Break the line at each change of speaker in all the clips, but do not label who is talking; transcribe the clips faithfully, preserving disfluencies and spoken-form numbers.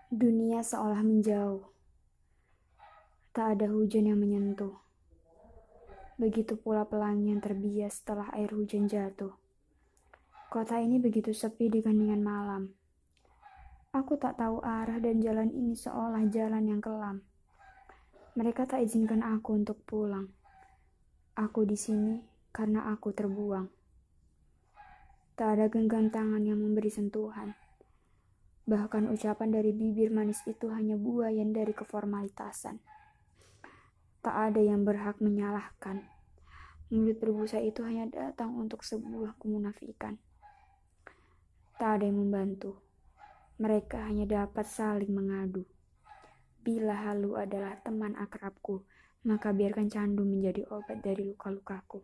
Dunia seolah menjauh. Tak ada hujan yang menyentuh. Begitu pula pelangi yang terbias setelah air hujan jatuh. Kota ini begitu sepi dibandingkan malam. Aku tak tahu arah dan jalan ini seolah jalan yang kelam. Mereka tak izinkan aku untuk pulang. Aku di sini karena aku terbuang. Tak ada genggam tangan yang memberi sentuhan. Bahkan ucapan dari bibir manis itu hanya buayan dari keformalitasan. Tak ada yang berhak menyalahkan. Mulut berbusa itu hanya datang untuk sebuah kemunafikan. Tak ada yang membantu. Mereka hanya dapat saling mengadu. Bila halu adalah teman akrabku, maka biarkan candu menjadi obat dari luka-lukaku.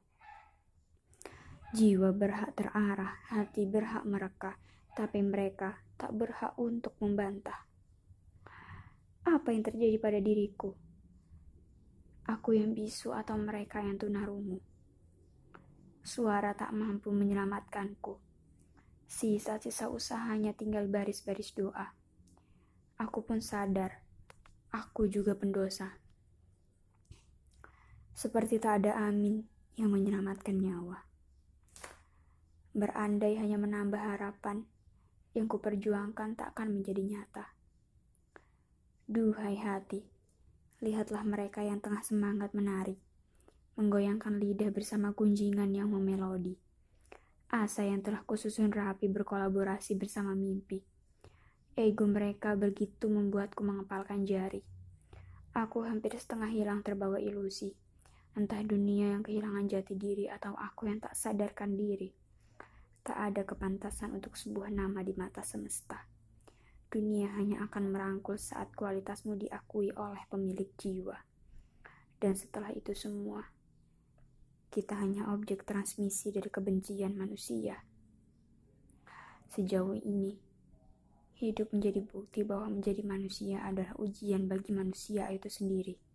Jiwa berhak terarah, hati berhak mereka, tapi mereka tak berhak untuk membantah. Apa yang terjadi pada diriku? Aku yang bisu atau mereka yang tunarungu? Suara tak mampu menyelamatkanku. Sisa-sisa usahanya tinggal baris-baris doa. Aku pun sadar, aku juga pendosa. Seperti tak ada amin yang menyelamatkan nyawa. Berandai hanya menambah harapan, yang kuperjuangkan tak akan menjadi nyata. Duhai hati, lihatlah mereka yang tengah semangat menari, menggoyangkan lidah bersama gunjingan yang memelodi. Asa yang telah kususun rapi berkolaborasi bersama mimpi. Ego mereka begitu membuatku mengepalkan jari. Aku hampir setengah hilang terbawa ilusi. Entah dunia yang kehilangan jati diri atau aku yang tak sadarkan diri. Tak ada kepantasan untuk sebuah nama di mata semesta. Dunia hanya akan merangkul saat kualitasmu diakui oleh pemilik jiwa. Dan setelah itu semua, kita hanya objek transmisi dari kebencian manusia. Sejauh ini, hidup menjadi bukti bahwa menjadi manusia adalah ujian bagi manusia itu sendiri.